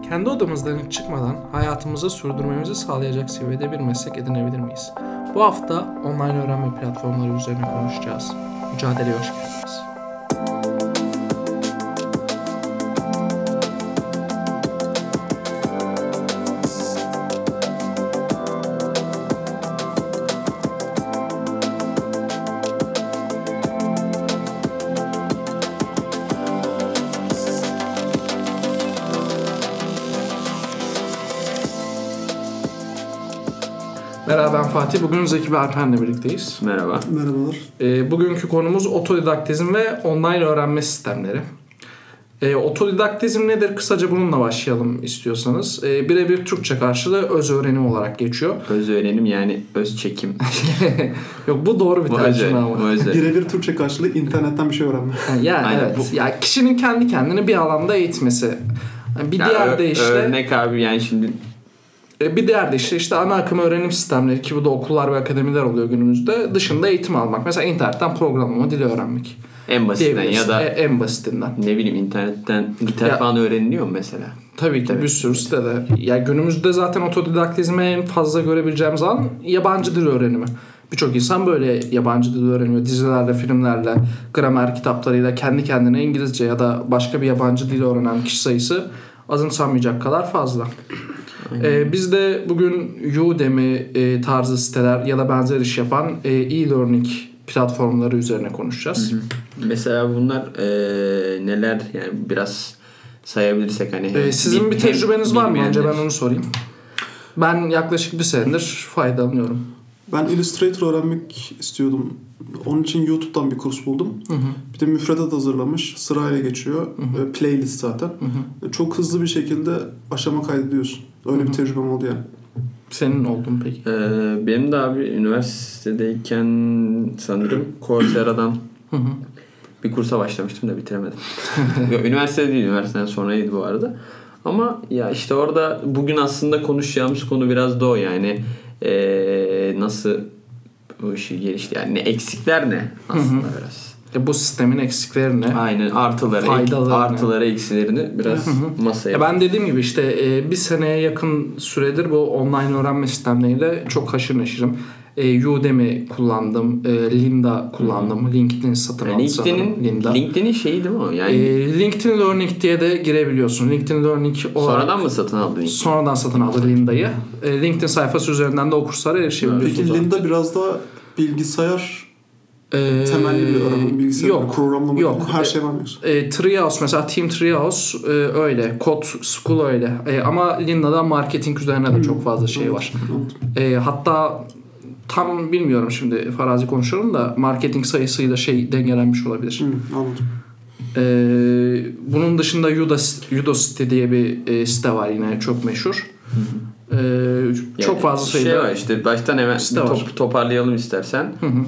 Kendi odamızdan hiç çıkmadan hayatımızı sürdürmemizi sağlayacak seviyede bir meslek edinebilir miyiz? Bu hafta online öğrenme platformları üzerine konuşacağız. Mücadeleye hoş geldiniz. Merhaba, ben Fatih. Bugün Zeki ve Alper'le birlikteyiz. Merhaba. Merhabalar. Bugünkü konumuz otodidaktizm ve online öğrenme sistemleri. Otodidaktizm nedir? Kısaca bununla başlayalım istiyorsanız. Birebir Türkçe karşılığı öz öğrenim olarak geçiyor. Öz öğrenim yani öz çekim. Yok, bu doğru bir tercüme ama. Birebir Türkçe karşılığı internetten bir şey öğrenme. Yani aynen, evet. Ya kişinin kendi kendini bir alanda eğitmesi. Bir diğer deyişle örnek abi yani şimdi bir diğer de işte ana akım öğrenim sistemleri ki bu da okullar ve akademiler oluyor günümüzde. Dışında eğitim almak. Mesela internetten programlama dili öğrenmek. en basitinden ya da en basitinden. ne bileyim internetten gitar falan öğreniliyor mu mesela? Tabii ki bir sürü sitede. Ya günümüzde zaten otodidaktizme en fazla görebileceğimiz alan yabancı dil öğrenimi. Birçok insan böyle yabancı dil öğreniyor. Dizilerle, filmlerle, gramer kitaplarıyla kendi kendine İngilizce ya da başka bir yabancı dil öğrenen kişi sayısı azımsanmayacak kadar fazla. Biz de bugün Udemy tarzı siteler ya da benzer iş yapan e-learning platformları üzerine konuşacağız. Hı hı. Mesela bunlar neler yani biraz sayabilirsek hani. Sizin bir tecrübeniz var mı? Önce ben onu sorayım. Ben yaklaşık bir senedir faydalanıyorum. Ben Illustrator öğrenmek istiyordum. Onun için YouTube'dan bir kurs buldum. Hı hı. Bir de müfredat hazırlamış. Sırayla geçiyor. Hı hı. Playlist zaten. Hı hı. Çok hızlı bir şekilde aşama kaydediyorsun. Öyle bir tecrübem oldu yani. Senin oldu mu peki? Benim de abi üniversitedeyken sanırım Coursera'dan bir kursa başlamıştım da bitiremedim. Üniversitede değil, üniversiteden sonraydı bu arada. Ama ya işte orada bugün aslında konuşacağımız konu biraz da o yani. Nasıl bu işi gelişti yani eksikler ne aslında biraz. Bu sistemin eksikleri ne? Aynen, artıları eksilerini biraz masaya. Ben dediğim gibi işte bir seneye yakın süredir bu online öğrenme sistemleriyle çok haşır neşirim. Udemy kullandım, Lynda kullandım, LinkedIn satın aldı sanırım. LinkedIn'in şeyi değil mi o? Yani LinkedIn Learning diye de girebiliyorsun. LinkedIn Learning olarak sonradan mı satın aldın? Sonradan satın aldı Lynda'yı. LinkedIn sayfası üzerinden de o kurslara erişebiliyorsunuz. Peki Lynda biraz daha bilgisayar temelli bir öğrenme, bilgisayar programlama yok. Her şey var mı? Treehouse mesela Team Treehouse öyle. Code School öyle. Ama Lynda'da marketing üzerine de çok fazla şey var. Hatta tam bilmiyorum şimdi farazi konuşuyorum da marketing sayısıyla dengelenmiş olabilir. Anladım. Bunun dışında Udacity diye bir site var yine çok meşhur. Çok fazla sayıda var işte baştan hemen toparlayalım istersen.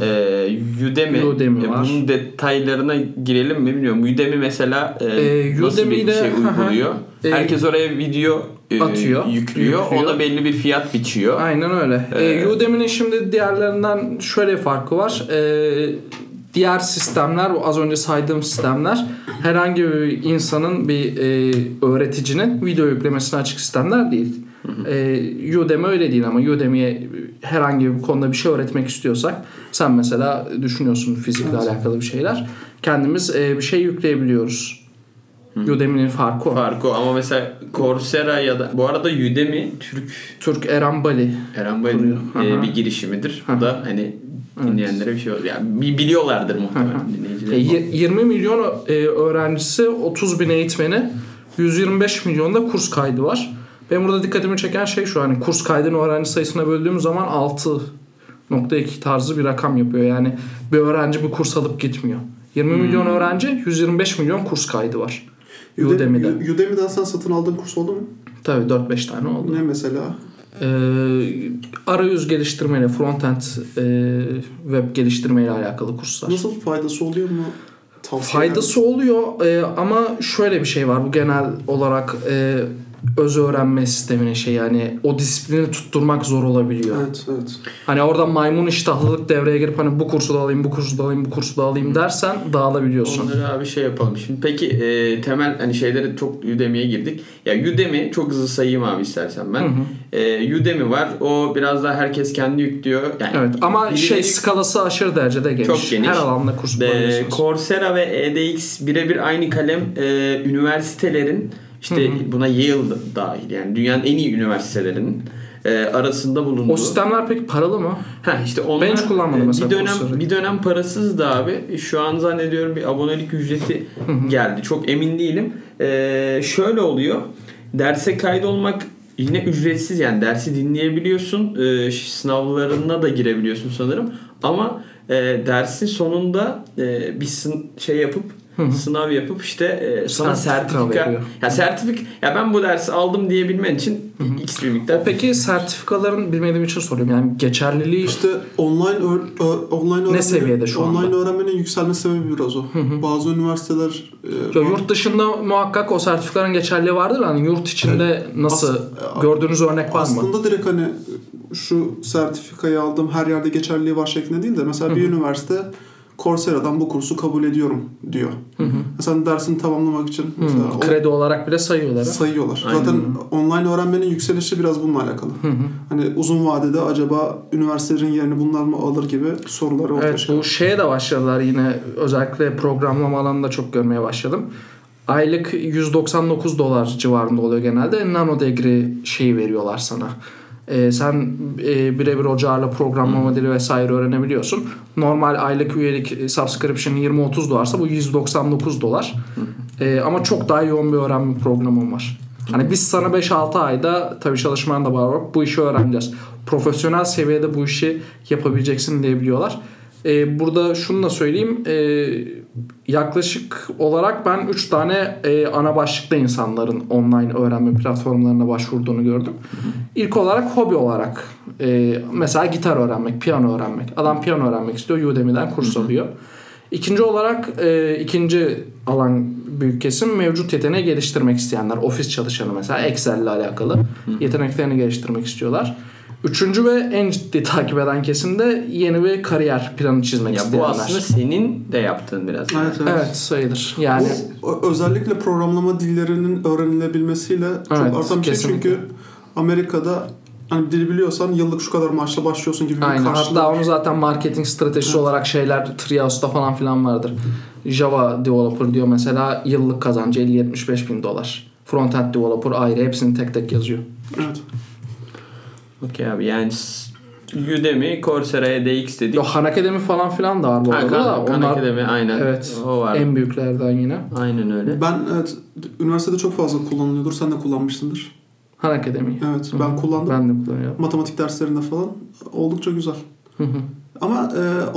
Udemy var. Bunun detaylarına girelim mi bilmiyorum. Udemy mesela nasıl bir şey uyguluyor? Herkes oraya video yüklüyor. Ona belli bir fiyat biçiyor. Aynen öyle. Udemy'nin şimdi diğerlerinden şöyle bir farkı var. Diğer sistemler, az önce saydığım sistemler herhangi bir insanın bir öğreticinin video yüklemesine açık sistemler değil. Udemy öyle değil ama Udemy'ye herhangi bir konuda bir şey öğretmek istiyorsak sen mesela düşünüyorsun fizikle alakalı bir şeyler. Kendimiz bir şey yükleyebiliyoruz. Udemy'nin farkı o. Ama mesela Coursera ya da bu arada Udemy Türk Eren Bali bir girişimidir. Bu da hani dinleyenlere bir şey olur. Yani biliyorlardır muhtemelen dinleyiciler. 20 milyon öğrencisi, 30 bin eğitmeni, 125 milyonda kurs kaydı var. Benim burada dikkatimi çeken şey şu, hani kurs kaydını öğrenci sayısına böldüğümüz zaman 6.2 tarzı bir rakam yapıyor. Yani bir öğrenci bir kurs alıp gitmiyor. 20 milyon öğrenci, 125 milyon kurs kaydı var. Udemy'den sen satın aldığın kurs oldu mu? Tabii 4-5 tane oldu. Ne mesela? Arayüz geliştirmeyle, frontend web geliştirmeyle alakalı kurslar. Nasıl, faydası oluyor mu? Faydası oluyor ama şöyle bir şey var. Bu genel olarak öz öğrenme sistemine yani o disiplini tutturmak zor olabiliyor. Evet. Hani orada maymun iştahlılık devreye girip hani bu kursu da alayım, bu kursu da alayım, bu kursu da alayım dersen dağılabiliyorsun. Onları abi yapalım. Şimdi peki temel hani şeylere çok Udemy'ye girdik. Ya Udemy çok hızlı sayayım abi istersen ben. Udemy var. O biraz daha herkes kendi yüklüyor. Yani evet ama skalası aşırı derecede geniş. Çok geniş. Her alanda kurs bulabiliyorsunuz. Coursera ve edX birebir aynı kalem üniversitelerin buna Yale dahil yani dünyanın en iyi üniversitelerinin arasında bulunduğu. O sistemler peki paralı mı? Onlar ben hiç kullanmadım mesela. Bir dönem parasızdı abi. Şu an zannediyorum bir abonelik ücreti geldi. Çok emin değilim. Şöyle oluyor. Derse kaydolmak yine ücretsiz yani dersi dinleyebiliyorsun. Sınavlarına da girebiliyorsun sanırım. Ama dersin sonunda bir yapıp sınav yapıp sana sertifika ben bu dersi aldım diyebilmen için X bir miktar. Peki sertifikaların bilmediğim için soruyorum. Yani geçerliliği online ne seviyede şu anda? Online öğrenmenin yükselme sebebi biraz o. Bazı üniversiteler yurt dışında muhakkak o sertifikaların geçerliliği vardır. Hani yurt içinde nasıl gördüğünüz örnek var mı? Aslında direkt hani şu sertifikayı aldım her yerde geçerliliği var şeklinde değil de mesela bir üniversite Coursera'dan bu kursu kabul ediyorum diyor. Mesela dersini tamamlamak için mesela kredi olarak bile sayıyorlar. Aynen. Zaten online öğrenmenin yükselişi biraz bununla alakalı. Hani uzun vadede acaba üniversitelerin yerini bunlar mı alır gibi soruları ortaya çıkıyor. Bu de başladılar yine özellikle programlama alanında çok görmeye başladım. Aylık $199 civarında oluyor genelde. Nano degree veriyorlar sana. Sen birebir hocalarla programlama dili vesaire öğrenebiliyorsun. Normal aylık üyelik subscription $20-30 bu $199. Ama çok daha yoğun bir öğrenme programım var. Hani biz sana 5-6 ayda tabii çalışman da var bu işi öğreneceğiz. Profesyonel seviyede bu işi yapabileceksin diyebiliyorlar. Burada şunu da söyleyeyim. Yaklaşık olarak ben 3 tane ana başlıkta insanların online öğrenme platformlarına başvurduğunu gördüm. İlk olarak hobi olarak mesela gitar öğrenmek, piyano öğrenmek. Adam piyano öğrenmek istiyor. Udemy'den kurs alıyor. İkinci olarak ikinci alan büyük kesim mevcut yeteneği geliştirmek isteyenler. Ofis çalışanı mesela Excel ile alakalı yeteneklerini geliştirmek istiyorlar. Üçüncü ve en ciddi takip eden kesim de yeni bir kariyer planı çizmek isteyenler. Bu aslında senin de yaptığın biraz. Evet sayılır. Yani özellikle programlama dillerinin öğrenilebilmesiyle çok artan bir şey çünkü Amerika'da hani dil biliyorsan yıllık şu kadar maaşla başlıyorsun gibi bir karşılık. Hatta onu zaten marketing stratejisi olarak Treeouse'da falan filan vardır. Java developer diyor mesela yıllık kazancı $50-75 bin. Frontend developer ayrı hepsini tek tek yazıyor. Evet. Okey abi yani Udemy, Coursera, edX dedik. Khan Academy falan filan da var bu arada. Khan Academy aynen. Evet. O var. En büyüklerden yine. Aynen öyle. Ben üniversitede çok fazla kullanılıyordur. Sen de kullanmışsındır. Khan Academy. Evet ben kullandım. Ben de kullanıyorum. Matematik derslerinde falan oldukça güzel. Ama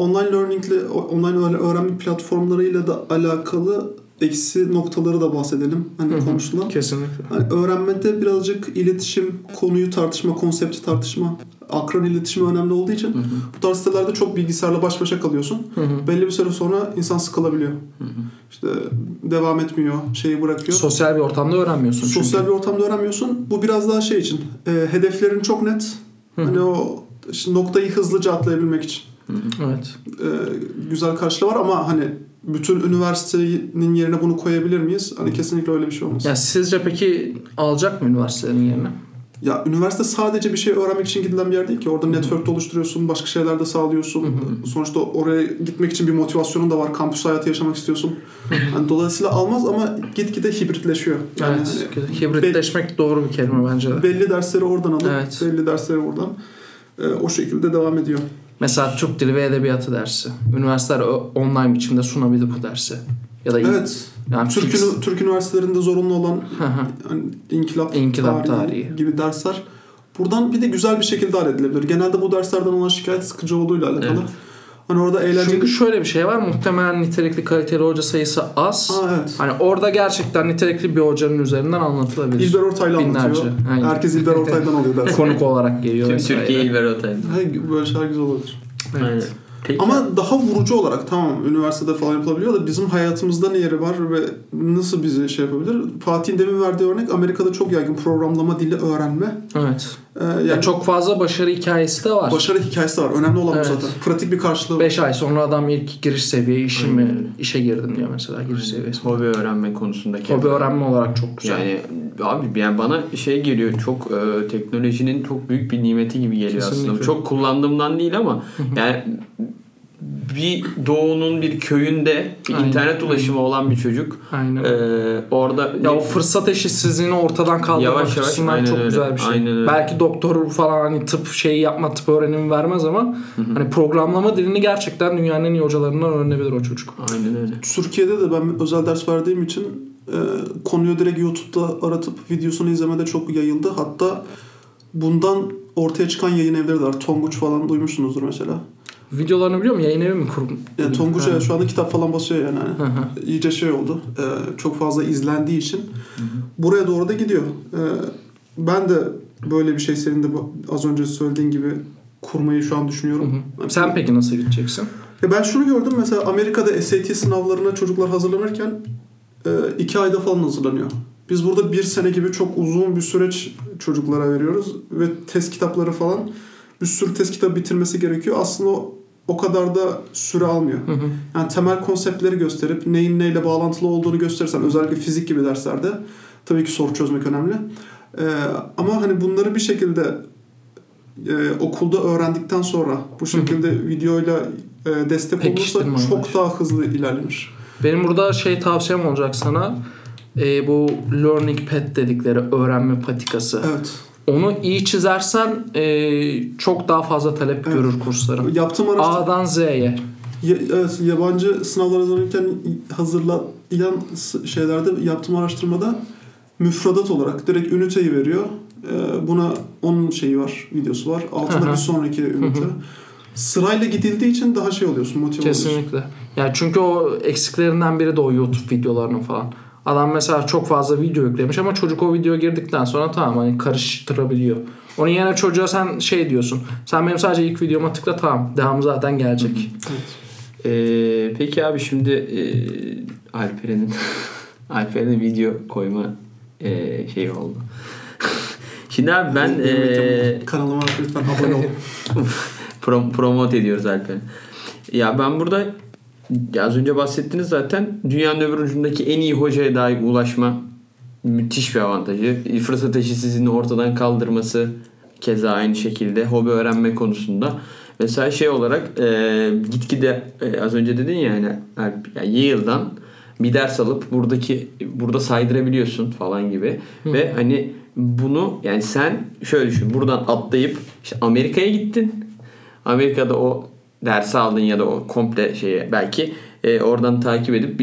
online öğrenme platformlarıyla da alakalı eksi noktaları da bahsedelim. Hani konuşulan. Kesinlikle. Hani öğrenmede birazcık iletişim, konuyu tartışma, konsepti tartışma, akran iletişimi önemli olduğu için bu tarz sitelerde çok bilgisayarla baş başa kalıyorsun. Belli bir süre sonra insan sıkılabiliyor. İşte devam etmiyor, şeyi bırakıyor. Sosyal bir ortamda öğrenmiyorsun. Sosyal bir ortamda öğrenmiyorsun. Bu biraz daha şey için. Hedeflerin çok net. Hani o noktayı hızlıca atlayabilmek için. Evet. Güzel karşılığı var ama hani bütün üniversitenin yerine bunu koyabilir miyiz? Hani kesinlikle öyle bir şey olmaz. Ya sizce peki alacak mı üniversitelerin yerine? Ya üniversite sadece bir şey öğrenmek için gidilen bir yer değil ki. Orada network oluşturuyorsun, başka şeyler de sağlıyorsun. Sonuçta oraya gitmek için bir motivasyonun da var. Kampüs hayatı yaşamak istiyorsun. Yani dolayısıyla almaz ama gitgide hibritleşiyor. Yani evet. Hibritleşmek doğru bir kelime bence de. Belli dersleri oradan alıp belli dersleri oradan o şekilde devam ediyor. Mesela Türk Dili ve Edebiyatı dersi. Üniversiteler online biçimde sunabilir bu dersi. Ya da yani Türk üniversitelerinde zorunlu olan hani İnkılap tarihi gibi dersler buradan bir de güzel bir şekilde halledilebilir. Genelde bu derslerden olan şikayet sıkıcı olduğuyla alakalı. Evet. Hani orada eğlenceli... Çünkü şöyle bir şey var. Muhtemelen nitelikli kaliteli hoca sayısı az. Evet. Hani orada gerçekten nitelikli bir hocanın üzerinden anlatılabilir. İlber Ortaylı anlatıyor. Herkes İlber Ortaylı'dan alıyor dersi. Konuk olarak geliyor. Tüm Türkiye İlber Ortaylı. Böyle şeyler güzel olabilir. Evet. Peki. Ama daha vurucu olarak tamam üniversitede falan yapılabiliyor da bizim hayatımızda ne yeri var ve nasıl bizi şey yapabilir? Fatih'in demin verdiği örnek Amerika'da çok yaygın programlama dili öğrenme. Evet. Yani çok fazla başarı hikayesi de var. Başarı hikayesi de var. Önemli olan bu zaten. Pratik bir karşılığı. 5 ay sonra adam ilk giriş seviye işe girdim diyor mesela giriş seviyesi. Hobi öğrenme konusunda. Hobi öğrenme olarak çok güzel. Yani abi yani bana şey geliyor çok teknolojinin çok büyük bir nimeti gibi geliyor Kesinlikle. aslında. Çok kullandığımdan değil ama yani bir doğunun bir köyünde bir internet ulaşımı olan bir çocuk orada ya o fırsat eşitsizliğini ortadan kaldırmak açısından çok güzel bir şey. Belki doktor falan hani tıp tıp öğrenimi vermez ama hani programlama dilini gerçekten dünyanın en iyi hocalarından öğrenebilir o çocuk. Aynen öyle. Türkiye'de de ben özel ders verdiğim için konuyu direkt YouTube'da aratıp videosunu izlemede çok yayıldı. Hatta bundan ortaya çıkan yayın evleri de var. Tonguç falan duymuşsunuzdur mesela. Videolarını biliyor musun? Yayın evi mi kurdun? Yani Tonguç şu anda kitap falan basıyor yani. İyice şey oldu. Çok fazla izlendiği için buraya doğru da gidiyor. Ben de böyle bir şey senin de az önce söylediğin gibi kurmayı şu an düşünüyorum. Sen peki nasıl gideceksin? Ben şunu gördüm mesela Amerika'da SAT sınavlarına çocuklar hazırlanırken 2 ayda falan hazırlanıyor. Biz burada 1 sene gibi çok uzun bir süreç çocuklara veriyoruz ve test kitapları falan bir sürü test kitabı bitirmesi gerekiyor. Aslında o kadar da süre almıyor. Yani temel konseptleri gösterip neyin neyle bağlantılı olduğunu gösterirsen özellikle fizik gibi derslerde tabii ki soru çözmek önemli. Ama hani bunları bir şekilde okulda öğrendikten sonra bu şekilde videoyla destek olursa çok daha hızlı ilerlenir. Benim burada tavsiyem olacak sana. Bu learning pad dedikleri öğrenme patikası. Evet. Onu iyi çizersen çok daha fazla talep görür kursların. A'dan Z'ye. Evet, yabancı sınavlar hazırlayan şeylerde yaptığım araştırmada müfredat olarak direkt üniteyi veriyor. Buna onun şeyi var, videosu var. Altında bir sonraki ünite. Sırayla gidildiği için daha oluyorsun, motive oluyorsun. Kesinlikle. Yani çünkü o eksiklerinden biri de o YouTube videolarının falan. Adam mesela çok fazla video yüklemiş ama çocuk o videoya girdikten sonra tamam hani karıştırabiliyor. Onun yerine çocuğa sen diyorsun. Sen benim sadece ilk videoma tıkla tamam. Devamı zaten gelecek. Peki abi şimdi Alperen'in video koyma şeyi oldu. Şimdi abi ben kanalıma lütfen abone ol. Promote ediyoruz Alper'in. Ya ben burada az önce bahsettiniz zaten dünyanın öbür ucundaki en iyi hocaya dahi ulaşma müthiş bir avantajı. Fırsat eşitsizliğini ortadan kaldırması keza aynı şekilde hobi öğrenme konusunda. Mesela olarak gitgide az önce dedin ya yani Yale'dan bir ders alıp burada saydırabiliyorsun falan gibi. Ve hani bunu yani sen şöyle düşün buradan atlayıp Amerika'ya gittin. Amerika'da o dersi aldın ya da o komple belki oradan takip edip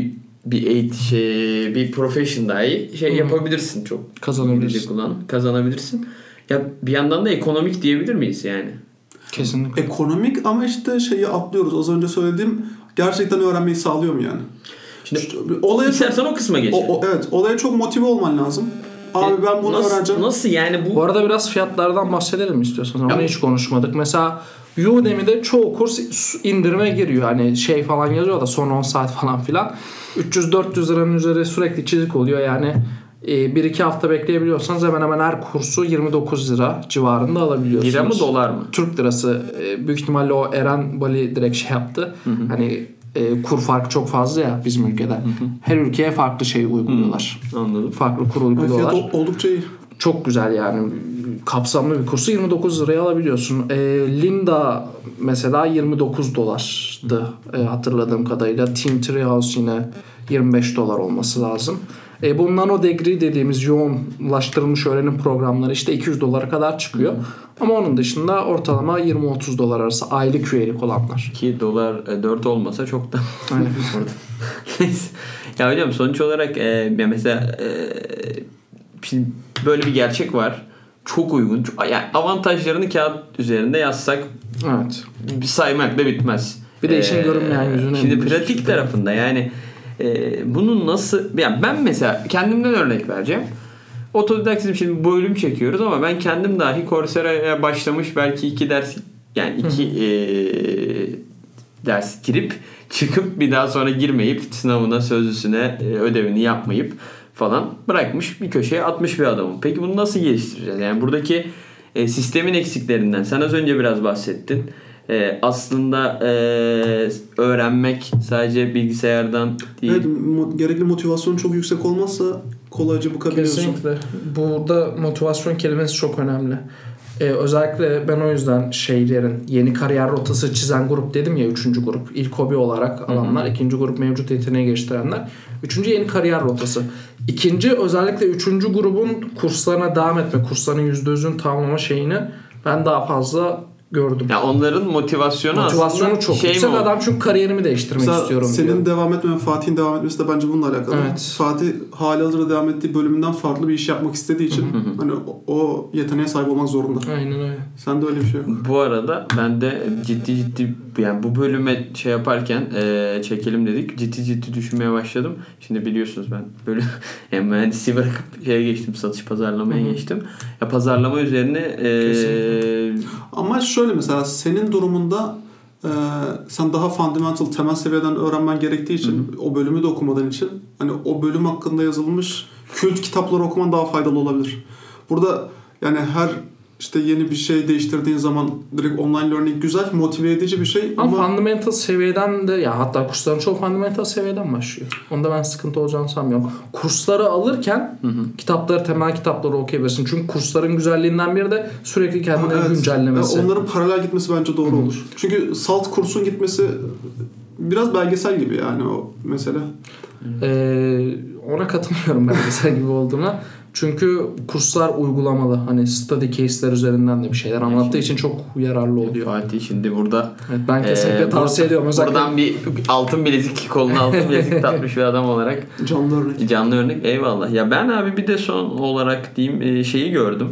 bir profession dahi yapabilirsin çok. Kazanabilirsin. Ya bir yandan da ekonomik diyebilir miyiz yani? Kesinlikle. Ekonomik ama atlıyoruz. Az önce söylediğim gerçekten öğrenmeyi sağlıyor mu yani? Şimdi istersen o kısma geçelim. Evet. Olaya çok motive olman lazım. Abi ben bunu öğreneceğim. Nasıl yani bu? Bu arada biraz fiyatlardan bahsedelim istiyorsan. Onu hiç konuşmadık. Mesela Udemy'de çoğu kurs indirime giriyor. Hani falan yazıyor da son 10 saat falan filan. 300-400 liranın üzeri sürekli çizik oluyor. Yani 1-2 hafta bekleyebiliyorsanız hemen hemen her kursu 29 lira civarında alabiliyorsunuz. Lira mı dolar mı? Türk lirası. Büyük ihtimalle o Eren Bali direkt yaptı. Hani kur farkı çok fazla ya bizim ülkede. Her ülkeye farklı uyguluyorlar. Anladım. Farklı kur uyguluyorlar. Fiyat oldukça iyi. Çok güzel yani. Kapsamlı bir kursu 29 liraya alabiliyorsun. Linda mesela $29'dı hatırladığım kadarıyla. Team Treehouse yine $25 olması lazım. Bu Nano Degree dediğimiz yoğunlaştırılmış öğrenim programları $200 kadar çıkıyor. Ama onun dışında ortalama $20-30 arası aylık üyelik olanlar. Ki dolar 4 olmasa çok da Neyse. Ya hocam sonuç olarak mesela şimdi böyle bir gerçek var. Çok uygun. Yani avantajlarını kağıt üzerinde yazsak bir saymakla bitmez. Bir de işin görünmeyen yüzüne. Şimdi pratik tarafında yani bunun nasıl... Yani ben mesela kendimden örnek vereceğim. Otodidaktizm şimdi bölüm çekiyoruz ama ben kendim dahi Coursera'ya başlamış belki 2 ders yani 2 ders girip çıkıp bir daha sonra girmeyip sınavına, sözlüsüne, ödevini yapmayıp falan bırakmış, bir köşeye atmış bir adamım. Peki bunu nasıl geliştireceğiz? Yani buradaki sistemin eksiklerinden sen az önce biraz bahsettin. Aslında öğrenmek sadece bilgisayardan değil. Evet, gerekli motivasyonun çok yüksek olmazsa kolayca bıkabiliyorsun. Kesinlikle. Burada motivasyon kelimesi çok önemli. Özellikle ben o yüzden şeylerin yeni kariyer rotası çizen grup dedim ya, 3. grup. İlk hobi olarak alanlar, 2. grup mevcut yeteneği geliştirenler. 3. yeni kariyer rotası. 2. özellikle 3. grubun kurslarına devam etme, kursların %100'ün tamamlama şeyini ben daha fazla gördüm. Ya onların motivasyonu aslında çok şey yüksek. Adam çünkü kariyerimi değiştirmek mesela istiyorum senin diyor. devam etmemen, Fatih'in devam etmesi de bence bununla alakalı. Evet. Fatih halihazırda devam ettiği bölümünden farklı bir iş yapmak istediği için hani o yeteneğe sahip olmak zorunda. Aynen öyle. Sende öyle bir şey yok. Bu arada ben de ciddi yani bu bölüme şey yaparken çekelim dedik. Ciddi düşünmeye başladım. Şimdi biliyorsunuz ben böyle yani mühendisliği bırakıp şeye geçtim. Satış pazarlamaya geçtim. Ya pazarlama üzerine ama şöyle mesela senin durumunda sen daha fundamental, temel seviyeden öğrenmen gerektiği için o bölümü de okumadığın için hani o bölüm hakkında yazılmış kült kitapları okuman daha faydalı olabilir. Burada yani her işte yeni bir şey değiştirdiğin zaman direkt online learning güzel, motive edici bir şey ama fundamental seviyeden de ya hatta kursların çoğu fundamental seviyeden başlıyor. Onda ben sıkıntı olacağını sanmıyorum. Kursları alırken kitapları, temel kitapları okuyabilirsin. Çünkü kursların güzelliğinden biri de sürekli kendini güncellemesi. Onların paralel gitmesi bence doğru olur. Çünkü salt kursun gitmesi biraz belgesel gibi yani o mesele. Ona katılmıyorum belgesel gibi olduğuna. Çünkü kurslar uygulamalı. Hani study case'ler üzerinden de bir şeyler anlattığı için çok yararlı oluyor. Fatih şimdi burada evet, ben kesinlikle tavsiye ediyorum. Özellikle buradan bir altın bilezik, koluna altın bilezik takmış bir adam olarak. Canlı örnek. Eyvallah. Ya ben abi bir de son olarak diyeyim şeyi gördüm.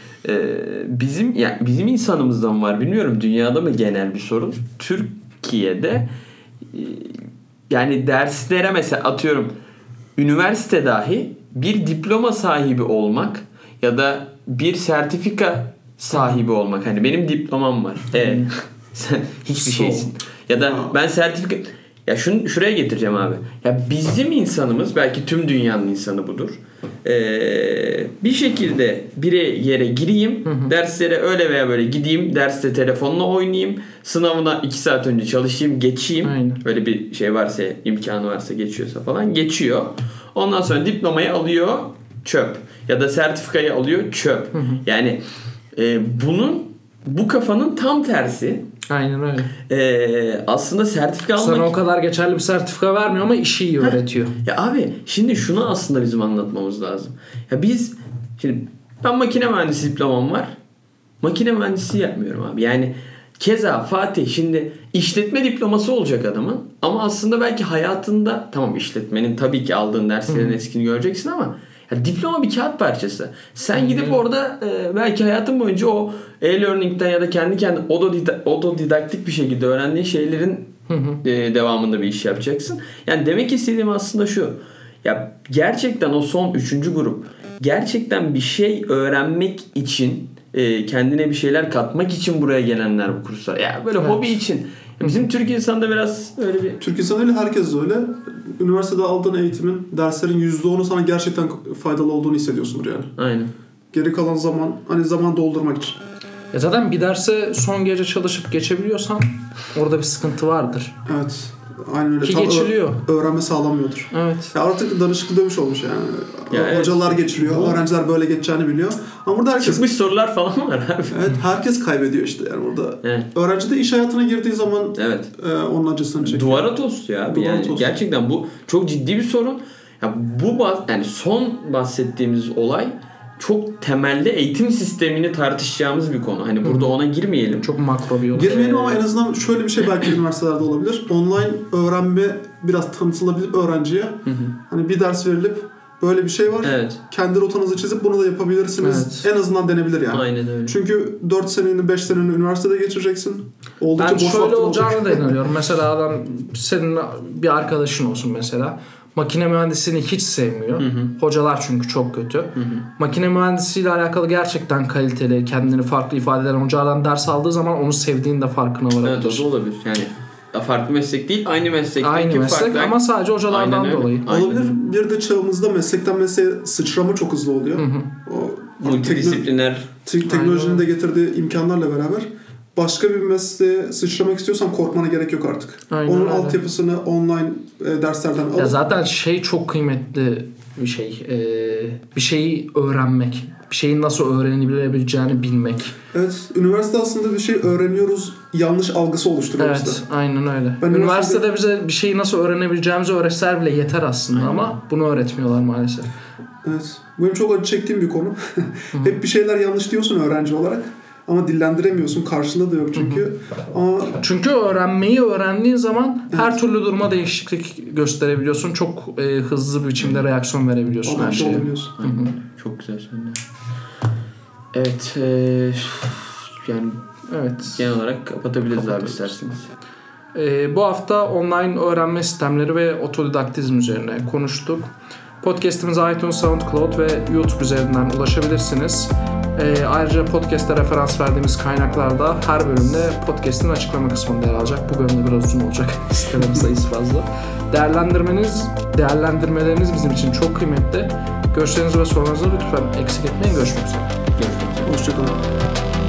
Bizim insanımızdan var. Bilmiyorum dünyada mı genel bir sorun. Türkiye'de yani derslere mesela atıyorum üniversite dahi bir diploma sahibi olmak ya da bir sertifika sahibi olmak. Hani benim diplomam var. Sen hiçbir şeysin. Ya da ben sertifika... Ya şuraya getireceğim abi. Ya bizim insanımız, belki tüm dünyanın insanı budur. Bir şekilde bir yere gireyim, derslere öyle veya böyle gideyim, derste telefonla oynayayım, sınavına 2 saat önce çalışayım, geçeyim. Aynen. Öyle bir şey varsa, imkanı varsa, geçiyorsa falan geçiyor. Ondan sonra diplomayı alıyor, çöp. Ya da sertifikayı alıyor, çöp. Yani bu kafanın tam tersi. Aynen öyle. Aslında sertifika almak... Sana o kadar geçerli bir sertifika vermiyor ama işi iyi öğretiyor. Ya abi şimdi şunu aslında bizim anlatmamız lazım. Ya ben makine mühendisi diplomam var. Makine mühendisi yapmıyorum abi. Yani keza Fatih şimdi işletme diploması olacak adamın. Ama aslında belki hayatında tamam işletmenin tabii ki aldığın derslerin etkisini göreceksin ama ya diploma bir kağıt parçası. Sen gidip orada belki hayatın boyunca o e-learning'den ya da kendi otodidaktik bir şekilde öğrendiğin şeylerin devamında bir iş yapacaksın. Yani demek istediğim aslında şu. Ya gerçekten o son 3. grup gerçekten bir şey öğrenmek için kendine bir şeyler katmak için buraya gelenler bu kurslar. Ya böyle hobi için. Bizim Türk insanı da biraz öyle bir... Türk insanı öyle, herkes de öyle. Üniversitede aldığın eğitimin, derslerin %10'u sana gerçekten faydalı olduğunu hissediyorsundur yani. Aynen. Geri kalan zaman doldurmak için. Zaten bir derse son gece çalışıp geçebiliyorsan orada bir sıkıntı vardır. Evet. Aynen öyle. Ki geçiliyor. Öğrenme sağlanmıyordur. Evet. Ya artık danışıklı dövüş olmuş yani. Ya hocalar geçiriyor, öğrenciler böyle geçeceğini biliyor. Ama burada herkes... Çıkmış sorular falan var abi. Evet, herkes kaybediyor işte yani burada. Evet. Öğrenci de iş hayatına girdiği zaman onun acısını çekiyor. Duvara tosluyor abi. Gerçekten bu çok ciddi bir sorun. Ya yani son bahsettiğimiz olay çok temelde eğitim sistemini tartışacağımız bir konu. Hani burada ona girmeyelim. Çok makro bir yol. Girmeyelim ama en azından şöyle bir şey belki üniversitelerde olabilir. Online öğrenme biraz tanıtılabilip öğrenciye hani bir ders verilip böyle bir şey var. Evet. Kendi rotanızı çizip bunu da yapabilirsiniz. Evet. En azından denebilir yani. Aynen öyle. Çünkü 4 seneni 5 seneni üniversitede geçireceksin. Oldukça ben şöyle olacağını olacak. da inanıyorum. Mesela adam senin bir arkadaşın olsun mesela. Makine mühendisliğini hiç sevmiyor. Hocalar çünkü çok kötü. Makine mühendisliğiyle alakalı gerçekten kaliteli, kendini farklı ifade eden hocalardan ders aldığı zaman onu sevdiğinin de farkına varabilir. Evet, o da olabilir. Yani farklı meslek değil, aynı meslekteki Aynı meslek farklı. ama sadece hocalardan dolayı. Olabilir. Bir de çağımızda meslekten mesleğe sıçrama çok hızlı oluyor. O multidisipliner teknolojinin de getirdiği imkanlarla beraber başka bir mesleğe sıçramak istiyorsan korkmana gerek yok artık. Aynen Onun öyle. altyapısını online derslerden alıp Ya zaten çok kıymetli bir şey. Bir şeyi öğrenmek. Bir şeyin nasıl öğrenilebileceğini bilmek. evet, üniversite aslında bir şey öğreniyoruz yanlış algısı oluşturuyor Evet, bizde. aynen öyle. Ben Üniversitede bize bir şeyi nasıl öğrenebileceğimizi öğretseler bile yeter aslında ama bunu öğretmiyorlar maalesef. Evet. Benim çok acı çektiğim bir konu. Hep bir şeyler yanlış diyorsun öğrenci olarak ama dillendiremiyorsun. Karşında da yok çünkü. Ama Çünkü öğrendiğin zaman her türlü duruma değişiklik gösterebiliyorsun. Çok hızlı bir biçimde reaksiyon verebiliyorsun her şeye. çok güzel söyledin. Evet, yani Evet. genel olarak kapatabiliriz abi isterseniz. Bu hafta online öğrenme sistemleri ve otodidaktizm üzerine konuştuk. Podcast'imize iTunes, SoundCloud ve YouTube üzerinden ulaşabilirsiniz. Ayrıca podcast'te referans verdiğimiz kaynaklar da her bölümde podcast'in açıklama kısmında yer alacak. Bu bölümde biraz uzun olacak. Sitelerin sayısı fazla. Değerlendirmeleriniz bizim için çok kıymetli. Görüşlerinizi ve sorularınızı lütfen eksik etmeyin. Görüşmek üzere. hoşçakalın.